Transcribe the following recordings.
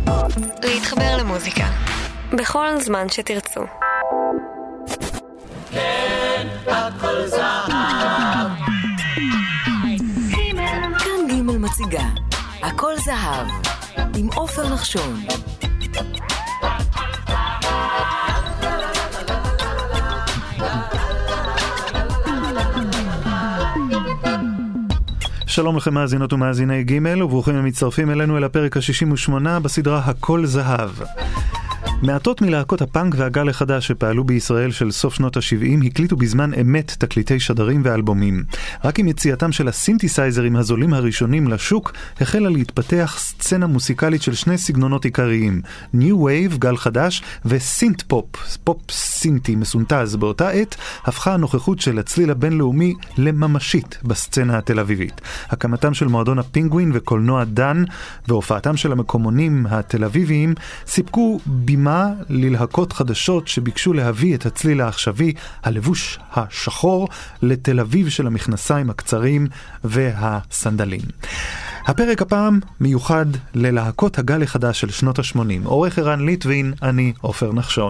להתחבר למוזיקה בכל זמן שתרצו. כן, הכל זהב. כאן ג' מציגה הכל זהב עם עופר נחשון. שלום לכם מאזינות ומאזיני ג' וברוכים המצטרפים אלינו אל הפרק ה-68 בסדרה הכל זהב. מעטות מלהקות הפאנק והגל החדש שפעלו בישראל של סוף שנות ה-70 הקליטו בזמן אמת תקליטי שדרים ואלבומים. רק עם יציאתם של הסינתסייזרים הזולים הראשונים לשוק החלה להתפתח סצנה מוסיקלית של שני סגנונות עיקריים, ניו וייב, גל חדש, וסינט פופ, פופ סינטי מסונטז. באותה עת הפכה הנוכחות של הצליל הבינלאומי לממשית בסצנה התל אביבית. הקמתם של מועדון הפינגווין וקולנוע דן והופעתם של המקומונים התל אביביים סיפקו בימה ללהקות חדשות שביקשו להביא את הצליל העכשווי, הלבוש השחור, לתל אביב של המכנסיים הקצרים והסנדלים. הפרק הפעם מיוחד ללהקות הגל החדש של שנות ה-80. עורך ערן ליטווין, אני עופר נחשון.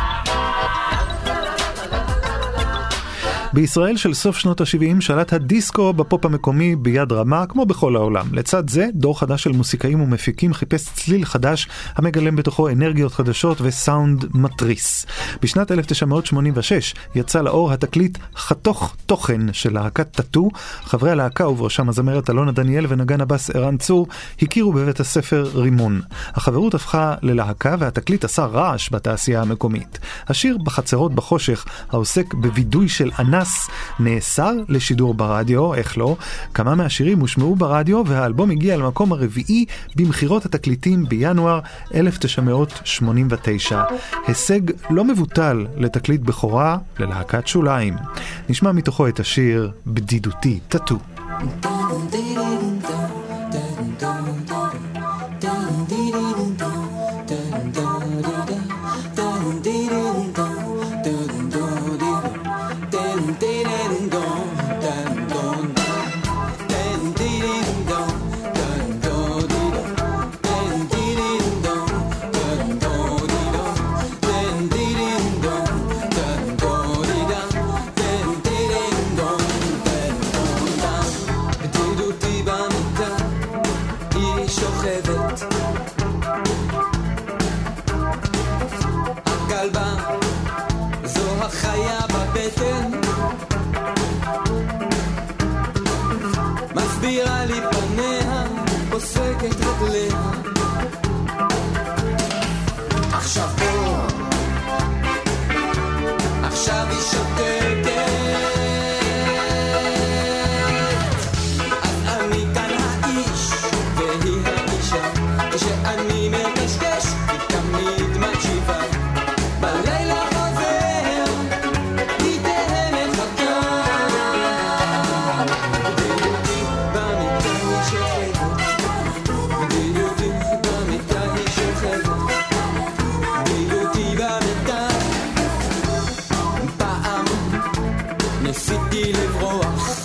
בישראל של סוף שנות ה-70 שלט הדיסקו בפופ המקומי ביד רמה כמו בכל העולם. לצד זה, דור חדש של מוסיקאים ומפיקים חיפש צליל חדש המגלם בתוכו אנרגיות חדשות וסאונד מטריס. בשנת 1986 יצא לאור התקליט חתוך תוכן של להקת טאטו. חברי הלהקה ובראשם הזמרת אלונה דניאל ונגן הבס ערן צור הכירו בבית הספר רימון. החברות הפכה ללהקה והתקליט עשה רעש בתעשייה המקומית. השיר בחצרות בחושך העוסק בוידוי של ענק נאסר לשידור ברדיו, איך לא? כמה מהשירים הושמעו ברדיו והאלבום הגיע למקום הרביעי במחירות התקליטים בינואר 1989. הישג לא מבוטל לתקליט בכורה ללהקת שוליים. נשמע מתוכו את השיר בדידותי, טאטו. מסבירה לי פניה, פוסקת רגליה. עכשיו פה, עכשיו היא שותקת. אז אני כאן האיש והיא האישה, כשאני מקשקש היא תמיד מקשיבה. בלילה חוזר, היא תהיה מחכה. ניסיתי לברוח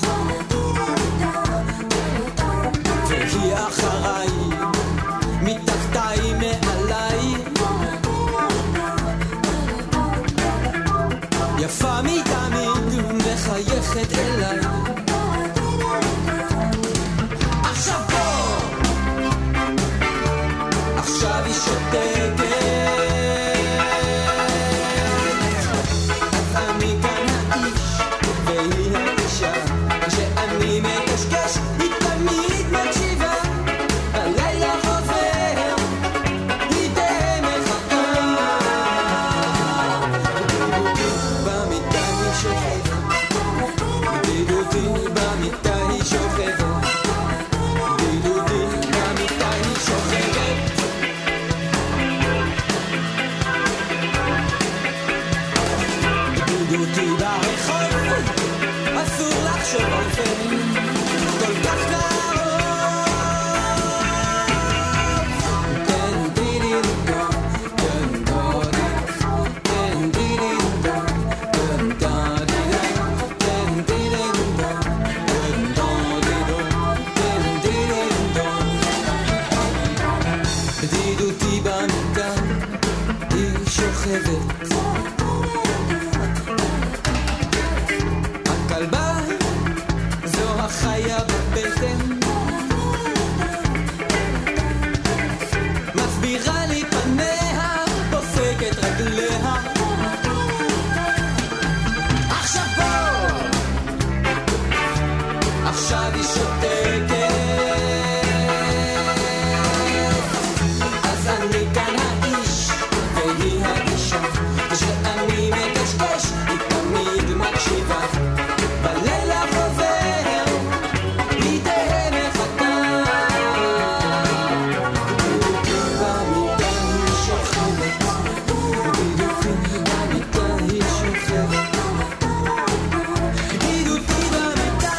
והיא אחריי, מתחתיי מעליי, יפה מתמיד מחייכת אליי. עכשיו פה, עכשיו היא שותקת. כשאני מקשקש היא תמיד מקשיבה. בלילה חוזר היא תהיה מחכה. במיטה היא שוכבת, בדידותי שוכבת. הכלבה זו החיה בבטן, מסבירה לי פניה, דופקת רגליה. עכשיו בוא, עכשיו היא שותקת, אז אני כאן האיש והיא האישה, כשאני מקשקש היא תמיד מקשיבה. בלילה חוזר היא תהיה מחכה, במיטה היא שוכבת, גידופי במיטה היא שוכבת, גידופי במיטה.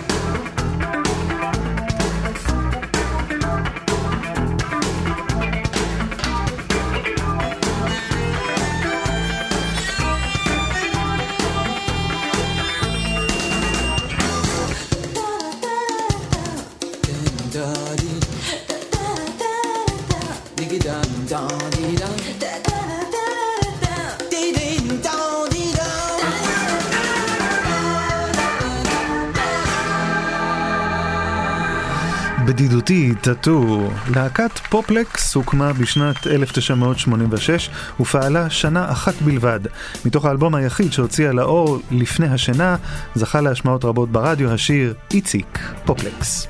בדידותי טאטו. להקת פופלקס הוקמה בשנת 1986 ופעלה שנה אחת בלבד. מתוך האלבום היחיד שהוציאה לאור לפני השינה, זכה להשמעות רבות ברדיו השיר איציק, פופלקס.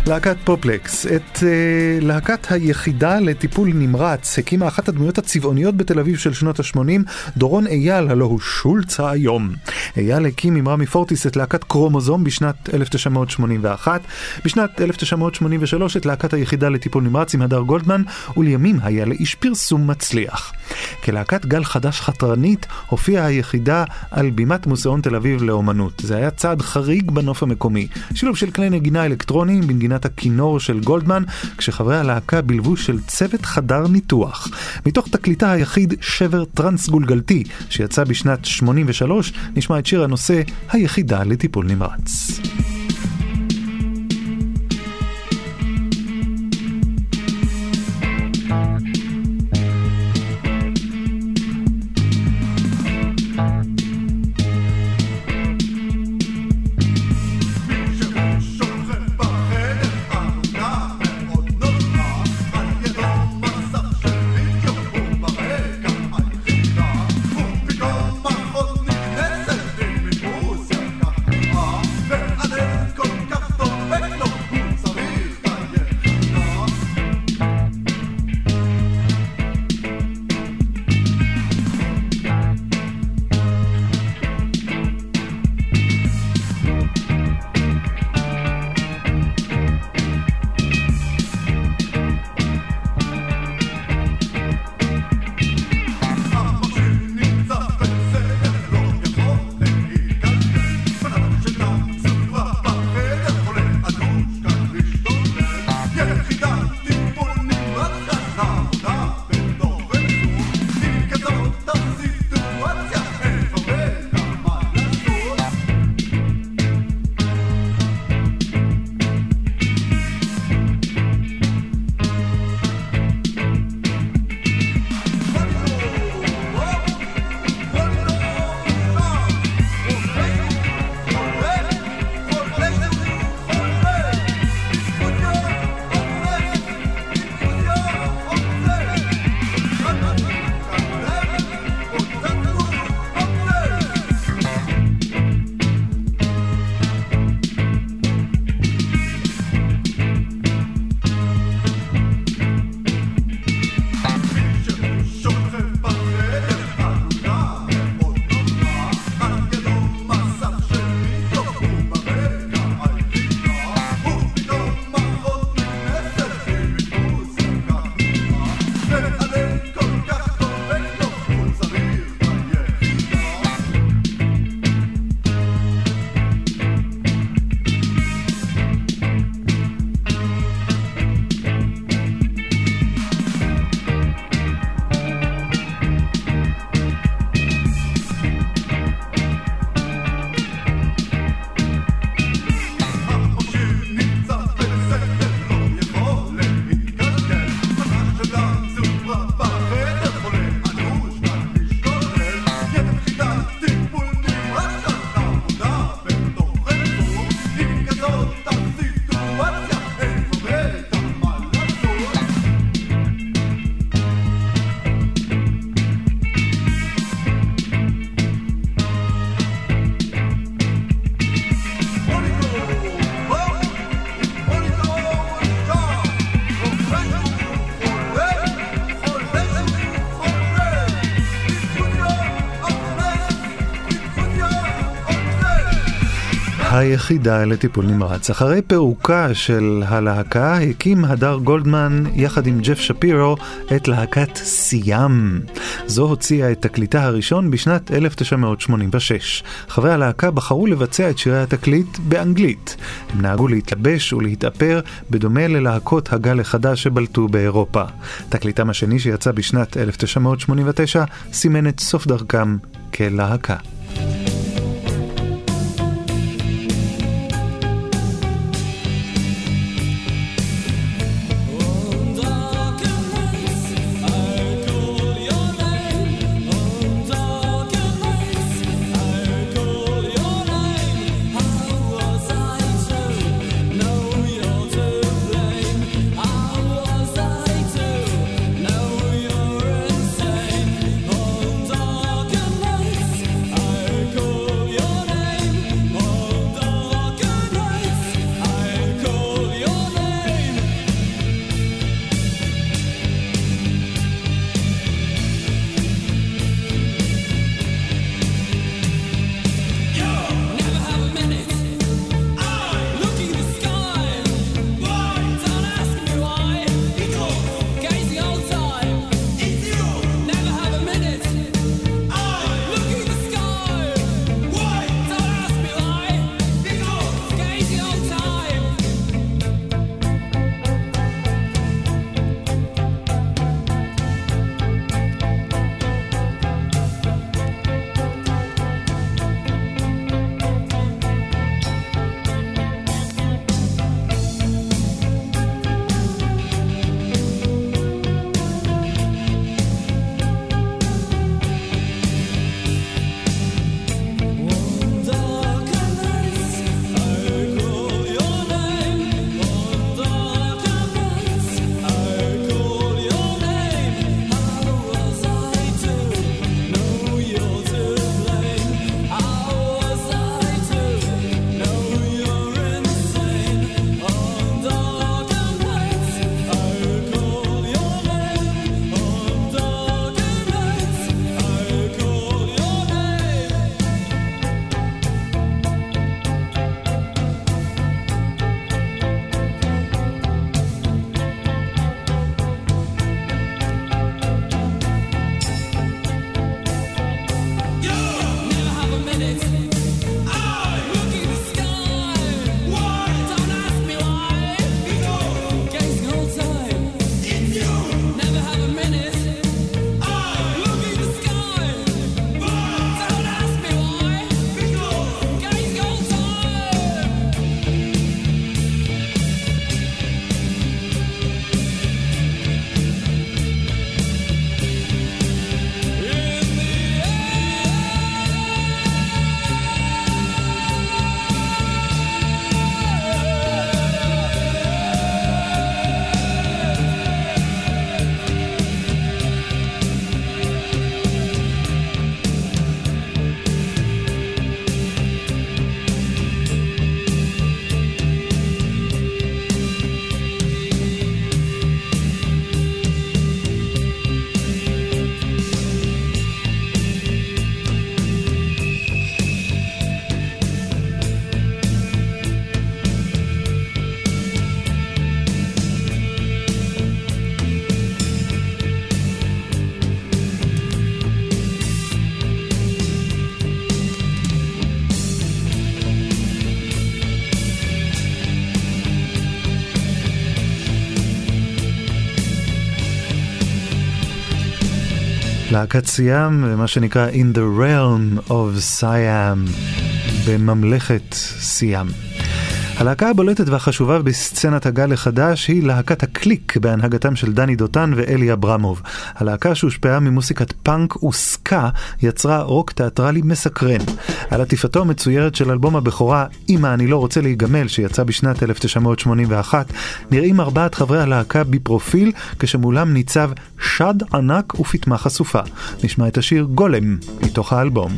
להקת פופלקס. את להקת היחידה לטיפול נמרץ הקימה אחת הדמויות הצבעוניות בתל אביב של שנות ה-80, דורון אייל, הלא הוא שולץ היום. אייל הקים עם רמי פורטיס את להקת קרומוזום בשנת 1981, בשנת 1983 את להקת היחידה לטיפול נמרץ עם הדר גולדמן, ולימים היה לאיש פרסום מצליח. כלהקת גל חדש חתרנית הופיעה היחידה על בימת מוזיאון תל אביב לאומנות. זה היה צעד חריג בנוף המקומי, שילוב של כלי נגינה אלקטרוניים בנגינת הכינור של גולדמן, כשחברי הלהקה בלבוש של צוות חדר ניתוח. מתוך תקליטה היחיד שבר טרנס גולגלתי שיצא בשנת 83 נשמע את שיר הנושא היחידה לטיפול נמרץ. היחידה לטיפול נמרץ. אחרי פירוקה של הלהקה הקים הדר גולדמן יחד עם ג'ף שפירו את להקת סיאם. זו הוציאה את תקליטה הראשון בשנת 1986. חברי הלהקה בחרו לבצע את שירי התקליט באנגלית. הם נהגו להתלבש ולהתאפר בדומה ללהקות הגל החדש שבלטו באירופה. תקליטם השני שיצא בשנת 1989 סימן את סוף דרכם כלהקה. I להקת סיאם, ומה שנקרא In the Realm of Siam, בממלכת סיאם. הלהקה הבולטת והחשובה בסצנת הגל החדש היא להקת הקליק בהנהגתם של דני דותן ואלי אברמוב. הלהקה שהושפעה ממוסיקת פאנק וסקה יצרה רוק תיאטרלי מסקרן. על עטיפתו המצוירת של אלבום הבכורה אמא אני לא רוצה להיגמל שיצא בשנת 1981 נראים 4 חברי הלהקה בפרופיל כשמולם ניצב שד ענק ופתמה חשופה. נשמע את השיר גולם מתוך האלבום.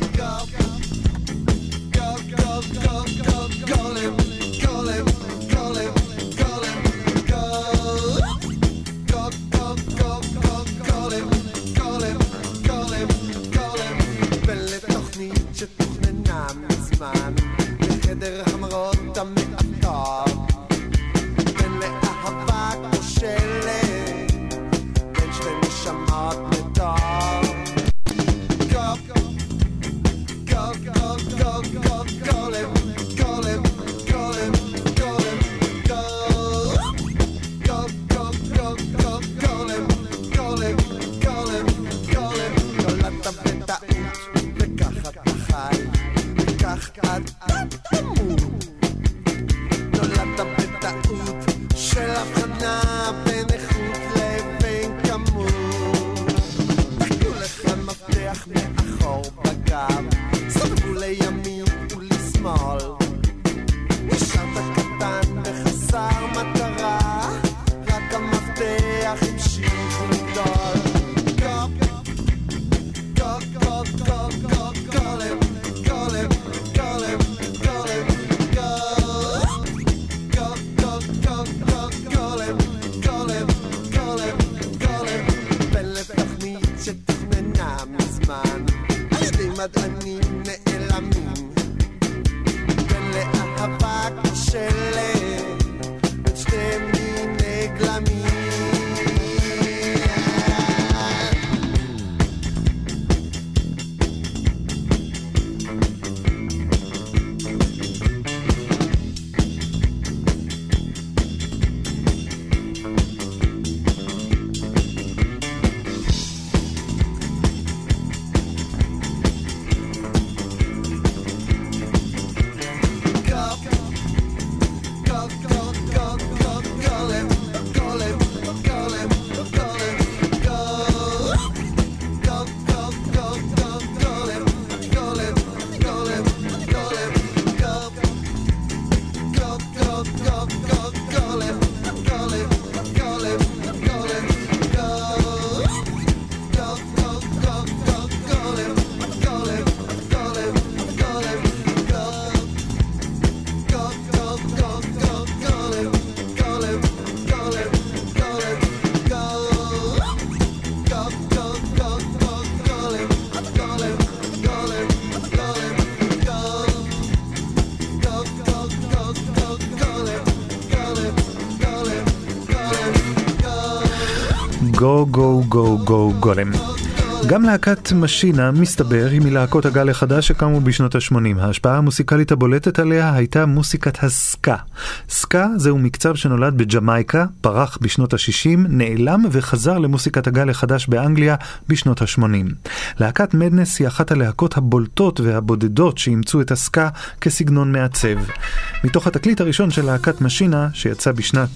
גו גו גו גו גולם. גם להקת משינה מסתבר היא מלהקות הגל החדש שקמו בשנות ה-80. ההשפעה המוסיקלית הבולטת עליה הייתה מוסיקת הסקה. סקה זהו מקצב שנולד בג'מייקה, פרח בשנות ה-60, נעלם וחזר למוסיקת הגל החדש באנגליה בשנות ה-80. להקת מדנס היא אחת הלהקות הבולטות והבודדות שאימצו את הסקה כסגנון מעצב. מתוך התקליט הראשון של להקת משינה, שיצא בשנת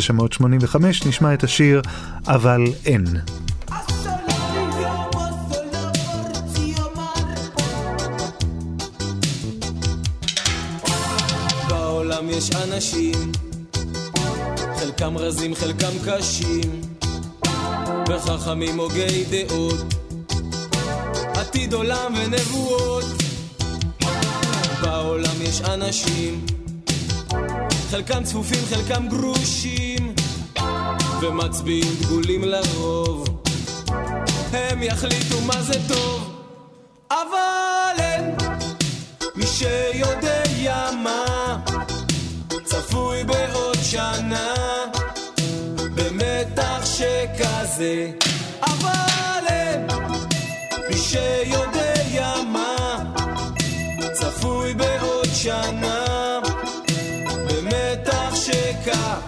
1985, נשמע את השיר אבל אין. יש אנשים, חלקם רזים, חלקם קשים, וחכמים הוגי דעות, עתיד עולם ונבואות. בעולם יש אנשים, חלקם צפופים, חלקם גרושים, ומצביעים דגולים לרוב. הם יחליטו מה זה טוב, אבל אין מי שיודע מה צפוי בעוד שנה במתח שכזה, אבל אין מי שיודע מה צפוי בעוד שנה במתח שכזה.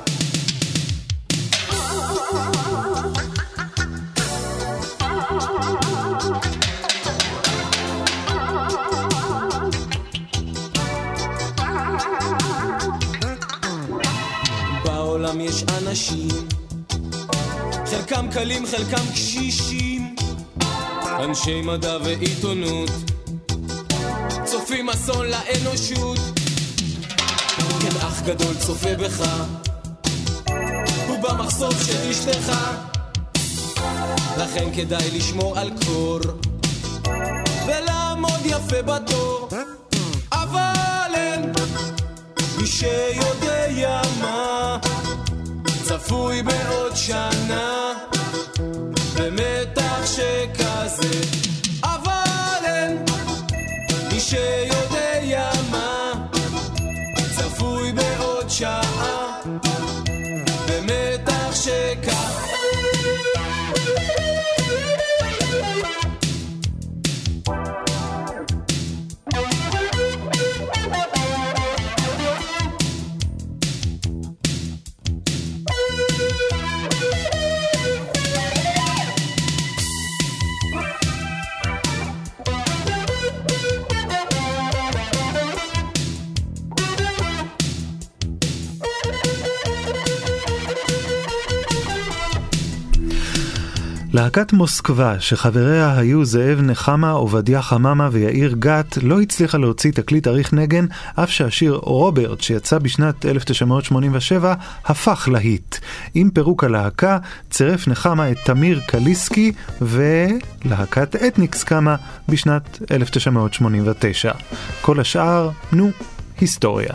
בעולם יש אנשים, חלקם קלים, חלקם קשישים, אנשי מדע ועיתונות, צופים אסון לאנושות. כן, אח גדול צופה בך, הוא במחסוף של אשתך, לכן כדאי לשמור על קור ולעמוד יפה בתור. אבל אין מי שיודע מה צפוי בעוד שנה במתח שכזה. אבל אין מי שיודע מה צפוי בעוד שעה במתח שכזה. להקת מוסקבה, שחבריה היו זאב נחמה, עובדיה חממה ויאיר גת, לא הצליחה להוציא תקליט אריך נגן, אף שהשיר רוברט שיצא בשנת 1987 הפך להיט. עם פירוק הלהקה צירף נחמה את תמיר קליסקי ולהקת אתניקס קמה בשנת 1989. כל השאר, היסטוריה.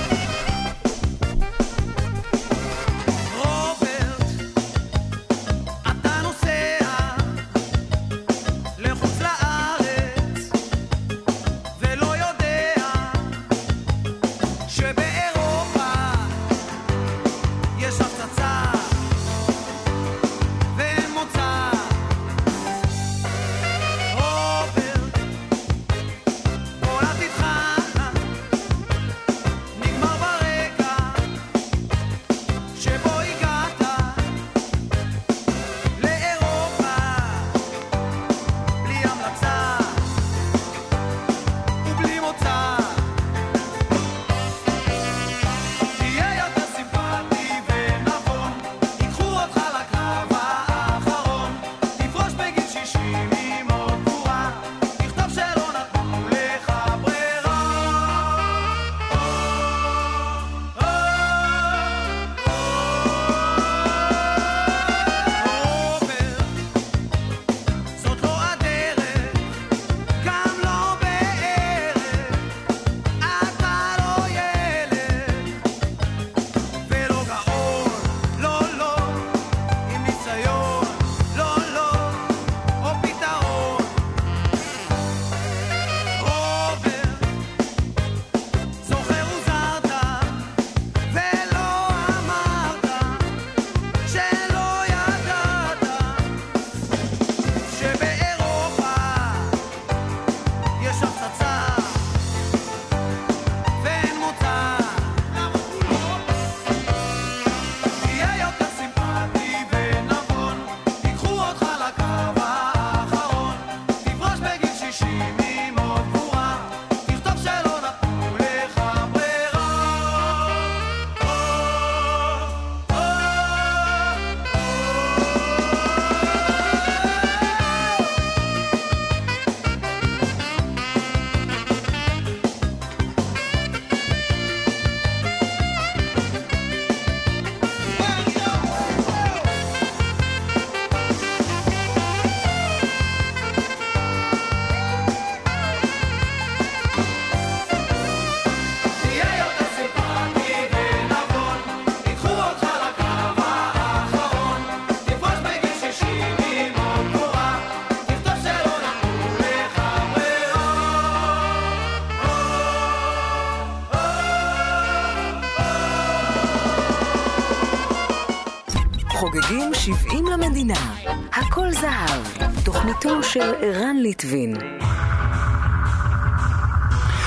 חוגגים 70 למדינה. הכל זהב. תוכניתו של ערן ליטבין.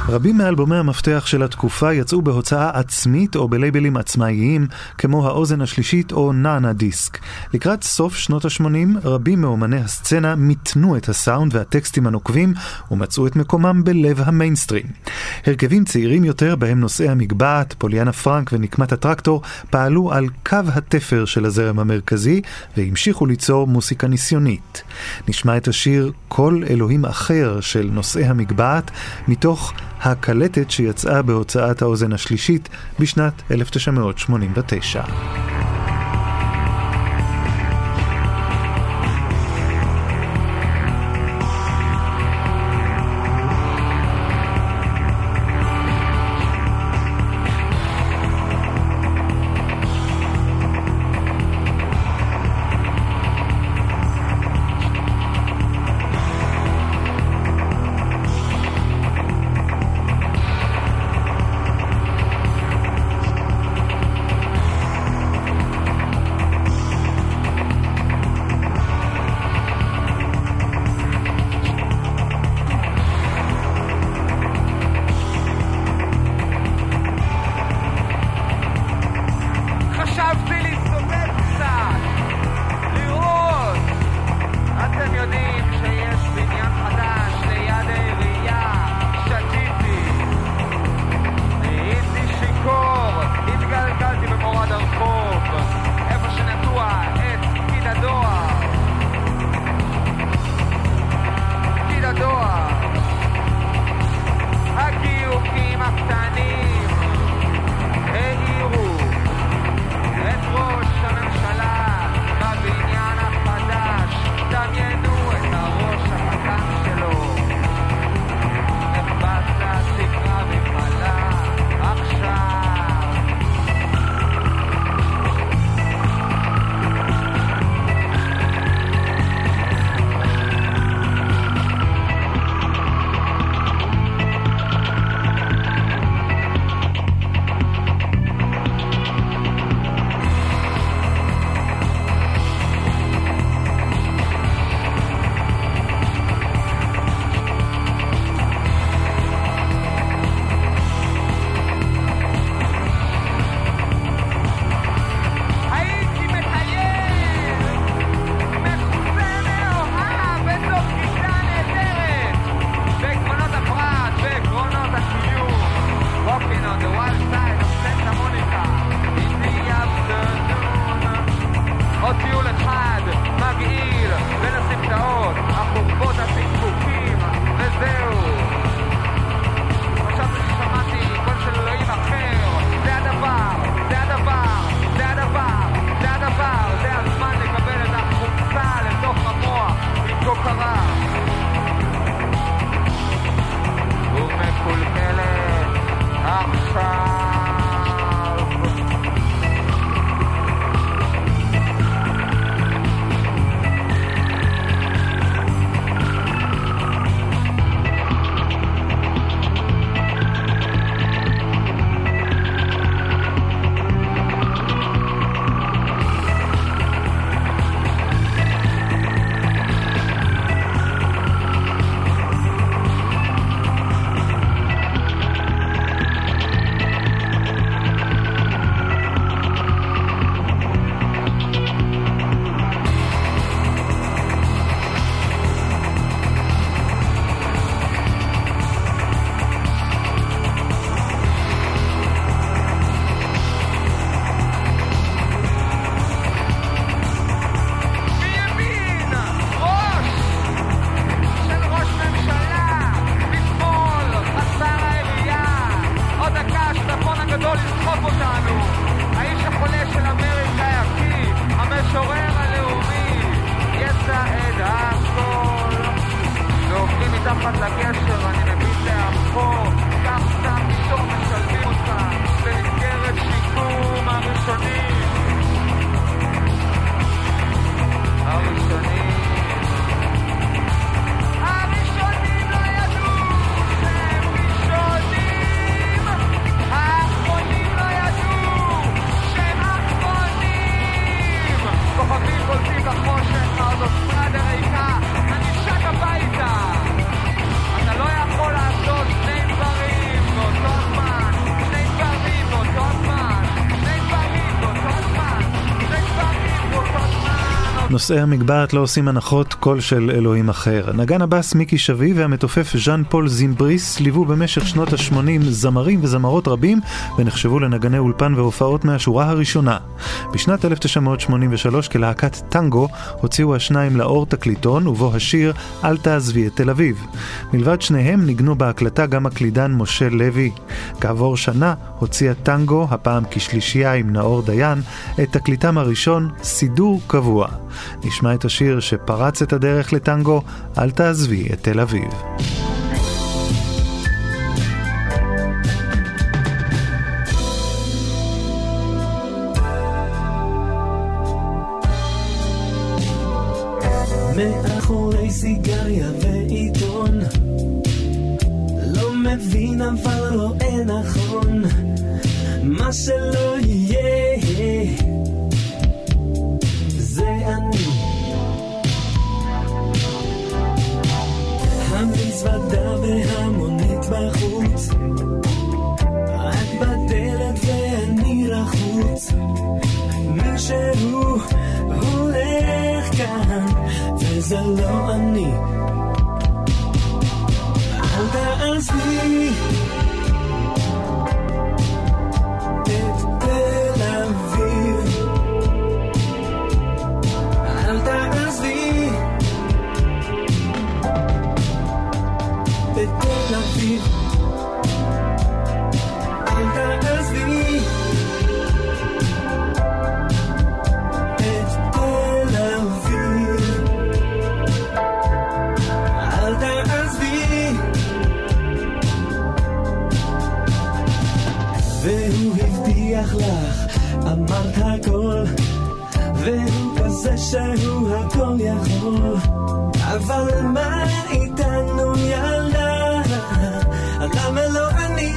רבים מאלבומי המפתח של התקופה יצאו בהוצאה עצמית או בלייבלים עצמאיים, כמו האוזן השלישית או נאנה דיסק. לקראת סוף שנות ה-80, רבים מאומני הסצנה מיתנו את הסאונד והטקסטים הנוקבים ומצאו את מקומם בלב המיינסטרים. הרכבים צעירים יותר, בהם נושאי המגבעת, פוליאנה פרנק ונקמת הטרקטור, פעלו על קו התפר של הזרם המרכזי והמשיכו ליצור מוסיקה ניסיונית. נשמע את השיר "כל אלוהים אחר" של נושאי המגבעת מתוך הקלטת שיצאה בהוצאת האוזן השלישית בשנת 1989. אתה לא יכול לעשות שני דברים נושאי המגבעת לא עושים הנחות קול של אלוהים אחר. נגן הבאס מיקי שבי והמתופף ז'אן פול זימבריס ליוו במשך שנות ה-80 זמרים וזמרות רבים ונחשבו לנגני אולפן והופעות מהשורה הראשונה. בשנת 1983 כלהקת טנגו הוציאו השניים לאור תקליטון ובו השיר אל תעזבי את תל אביב. מלבד שניהם ניגנו בהקלטה גם הקלידן משה לוי. כעבור שנה הוציאה טנגו, הפעם כשלישייה עם נאור דיין, את תקליטם הראשון סידור קבוע. נשמע את השיר שפרץ את הדרך לטנגו, אל תעזבי את תל אביב. מאחורי סיגריה ועיתון לא מבין אבל רואה נכון מה שלא יהיה זה אני המזוודה והמונית בחוץ את בדלת ואני רחוץ מישהו הולך כאן וזה לא אני אל תעזבי את תל אביב אל תעזבי את תל אביב אל תעזבי והוא הבטיח לך, אמרת הכל והוא כזה שהוא הכל יכול אבל מה איתנו ילדה? למה לא אני?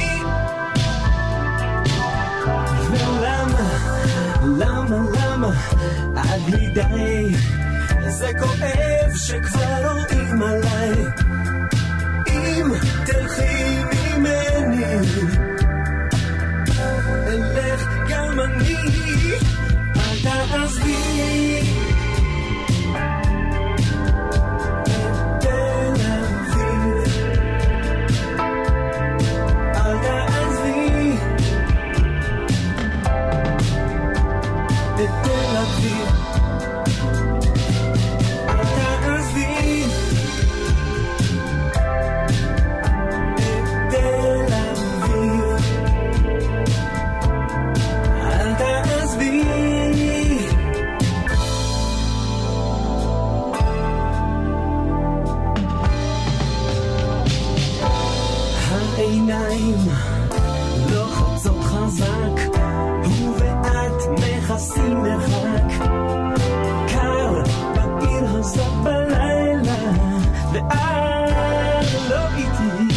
ולמה עד לי די זה כואב שכבר רואים עליי אם תלכי ממני אלך גם אני אל תעזבי את תל אביב אל תעזבי את תל אביב אל תעזבי את תל אביב העיניים לוחצות חזק הוא ואת מכסים מרחק קר בעיר הזאת בלילה ואת לא איתי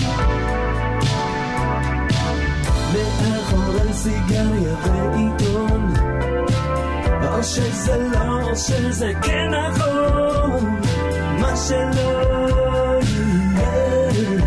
מאחורי סיגריה ועיתון או שזה לא או שזה כן נכון מה שלא יהיה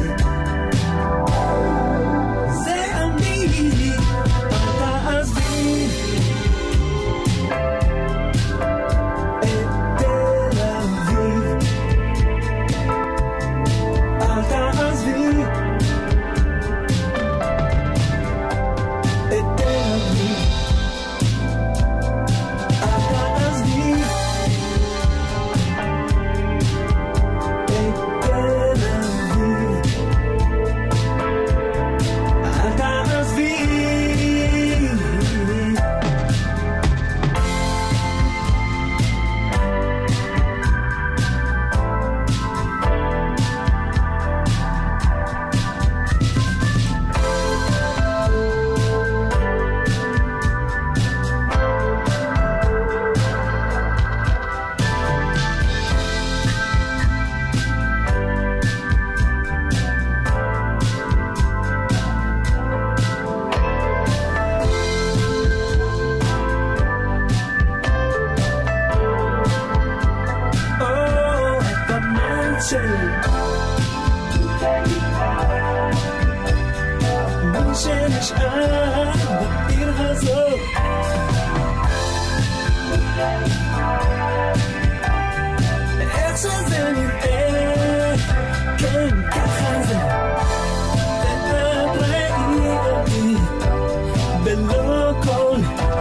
העיתון.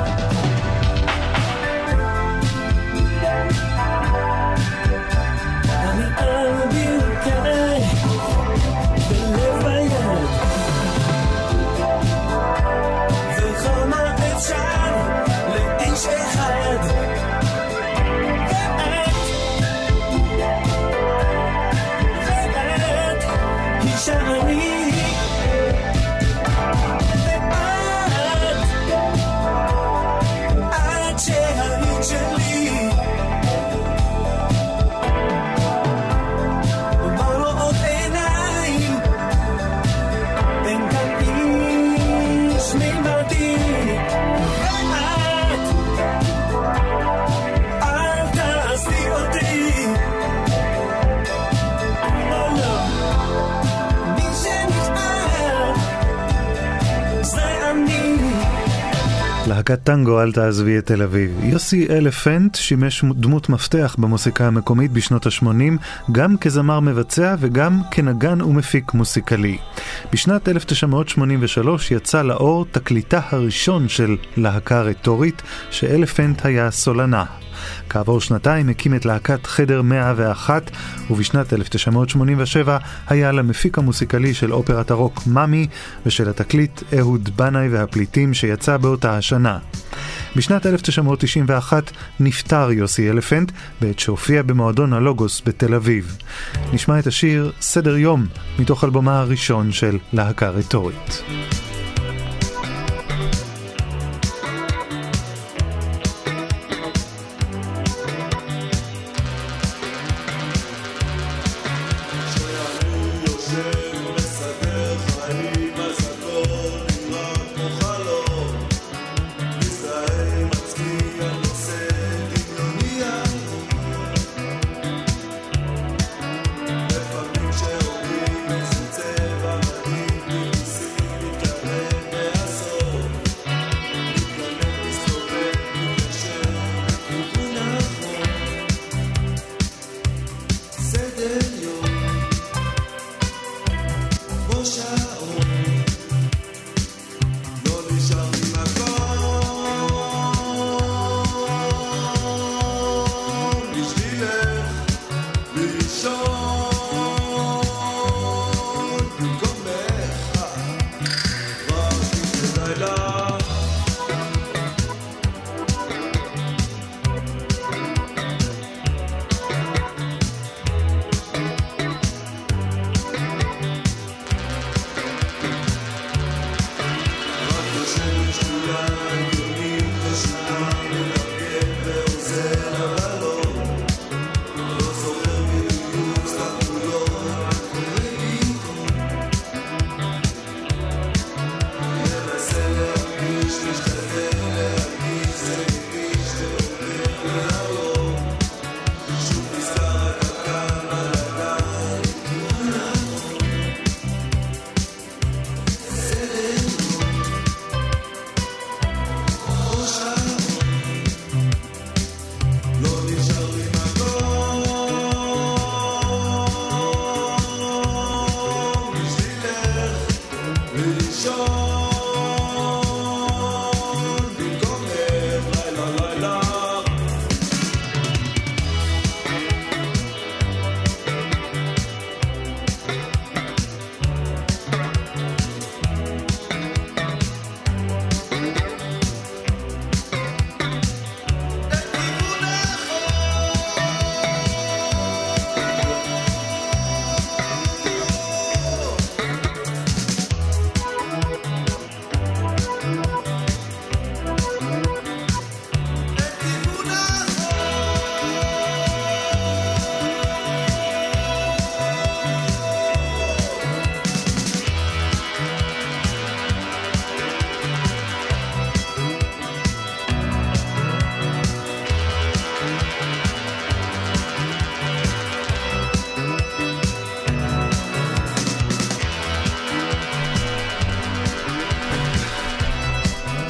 אני על ברכיי בלב היד, וכמה אפשר לאיש אחד, ואת היא שאני, ואת שהיית שלי. מראות עיניים, אין כאן איש מלבדי, ואת אל תעזבי אותי. מי שנשאר זה אני. להקת טנגו אל תעזבי את תל אביב. יוסי אלפנט שימש דמות מפתח במוסיקה המקומית בשנות ה-80, גם כזמר מבצע וגם כנגן ומפיק מוסיקלי. בשנת 1983 יצא לאור תקליטה הראשון של להקה רטורית, שאלפנט היה סולנה. כעבור שנתיים הקים את להקת חדר 101, ובשנת 1987 היה למפיק המוסיקלי של אופרת הרוק ממי, ושל התקליט אהוד בנאי והפליטים שיצא באותה השנה. בשנת 1991 נפטר יוסי אלפנט בעת שהופיע במועדון הלוגוס בתל אביב. נשמע את השיר סדר יום מתוך אלבומה הראשון של להקה רטורית. לפעמים שאומרים איזה צבע מדהים, ניסים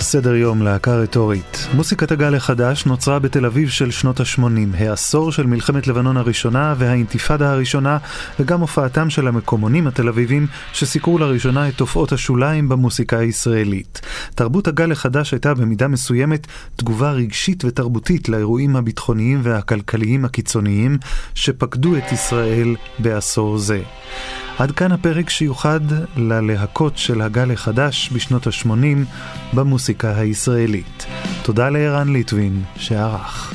סדר יום להקה רטורית. מוסיקת הגל החדש נוצרה בתל אביב של שנות ה-80, העשור של מלחמת לבנון הראשונה והאינתיפאדה הראשונה, וגם הופעתם של המקומונים התל אביבים שסיקרו לראשונה את תופעות השוליים במוסיקה הישראלית. תרבות הגל החדש הייתה במידה מסוימת תגובה רגשית ותרבותית לאירועים הביטחוניים והכלכליים הקיצוניים שפקדו את ישראל בעשור זה. עד כאן הפרק שיוחד ללהקות של הגל החדש בשנות ה-80 במוסיקה הישראלית. תודה לערן ליטווין שערך.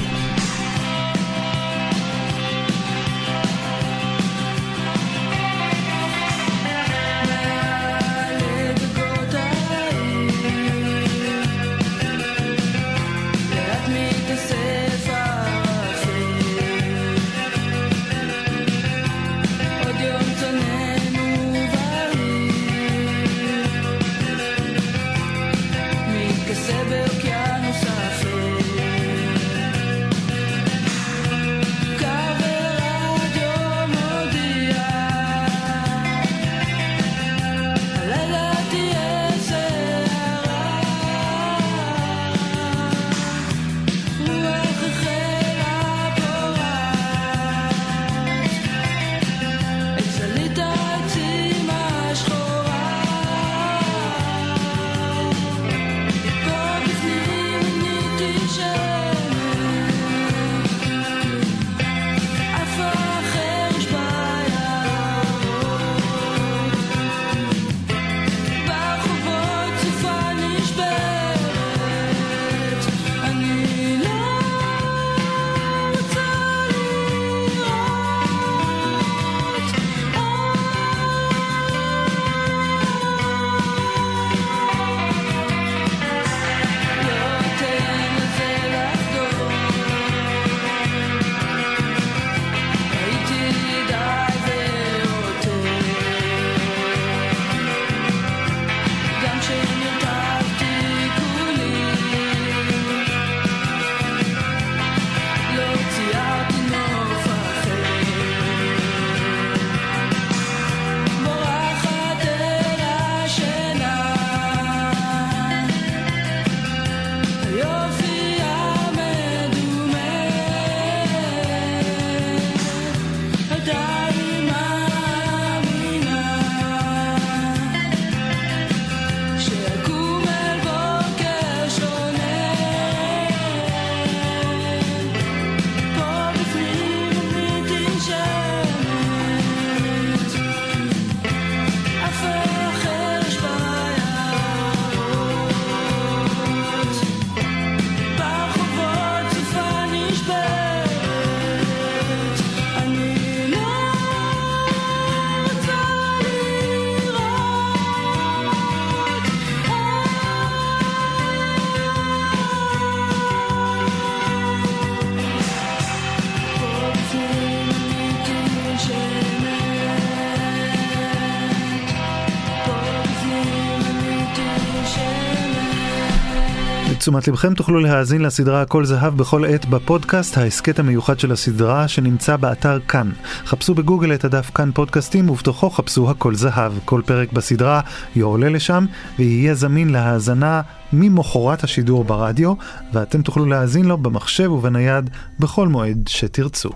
לתשומת לבכם תוכלו להאזין לסדרה הכל זהב בכל עת בפודקאסט, ההסקט המיוחד של הסדרה שנמצא באתר כאן. חפשו בגוגל את הדף כאן פודקאסטים ובתוכו חפשו הכל זהב. כל פרק בסדרה יועלה לשם ויהיה זמין להאזנה ממחרת השידור ברדיו, ואתם תוכלו להאזין לו במחשב ובנייד בכל מועד שתרצו.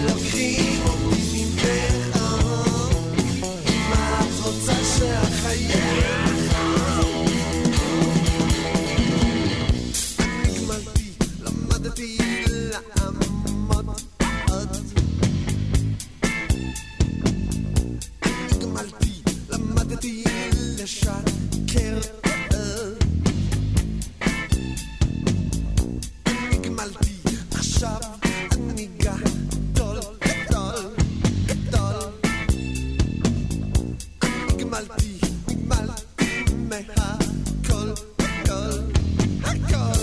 רוצה שהחיים הכל, הכל, הכל.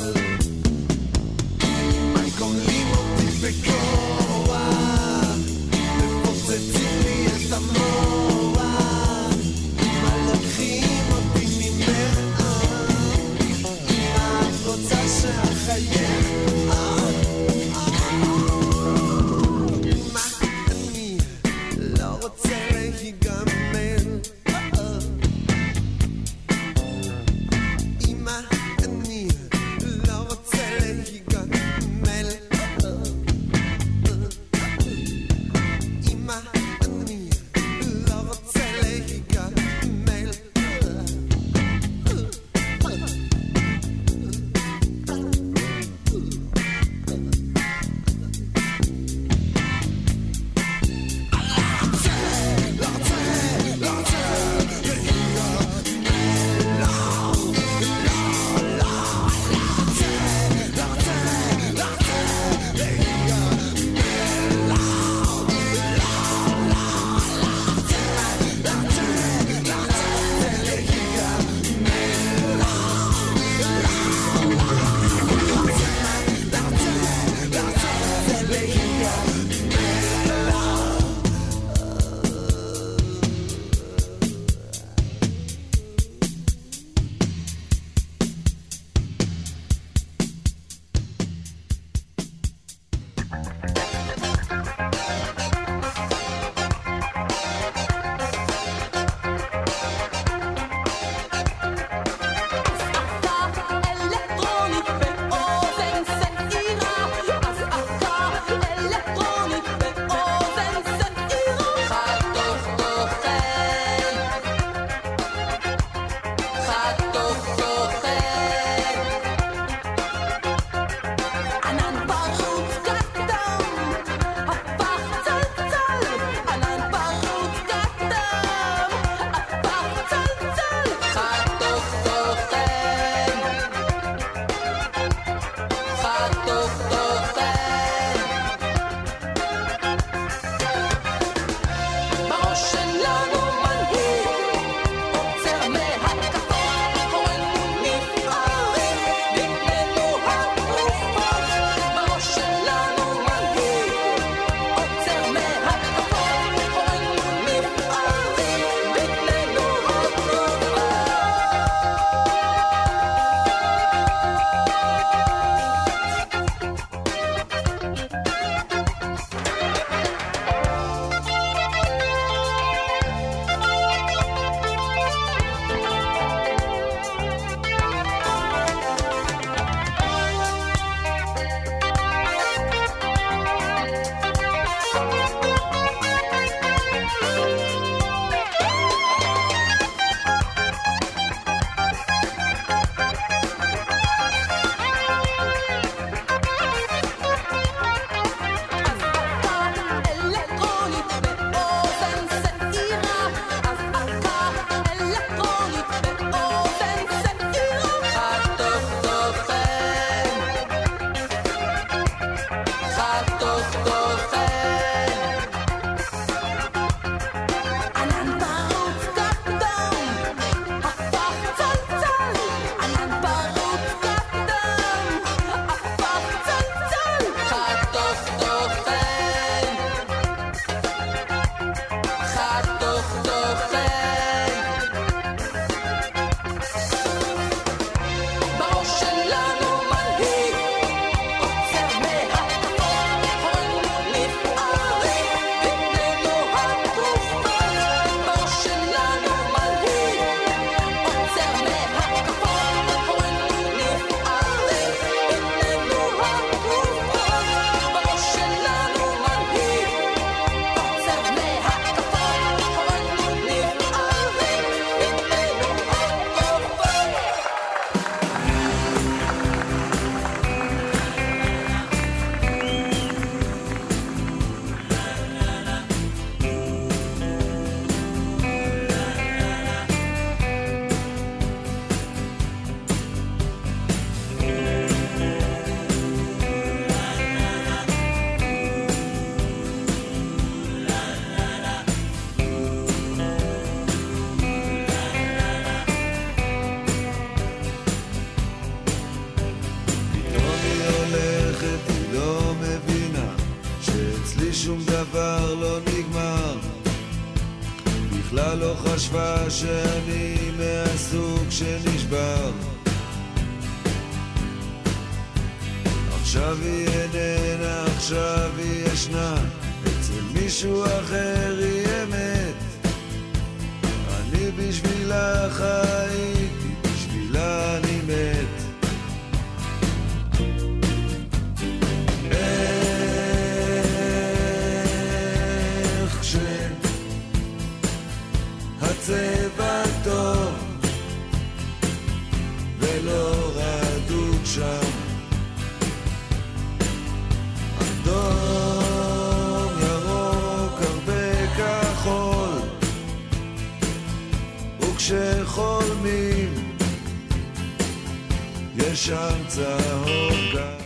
מה גומלים אותי בכוח, מפוצצים לי את המוח, מה לוקחים אותי ממך, מה את רוצה שאחייך, מה אני לא רוצה להיגמר, לא חשבה שאני מהסוג שנשבר. עכשיו היא איננה, עכשיו היא ישנה, אצל מישהו אחר היא אמת. אני בשבילה חייתי, בשבילה אני מת. איך כשהצבע טוב ולא רדוד שם, אדום ירוק הרבה כחול, וכשחולמים יש שם צהוב גם.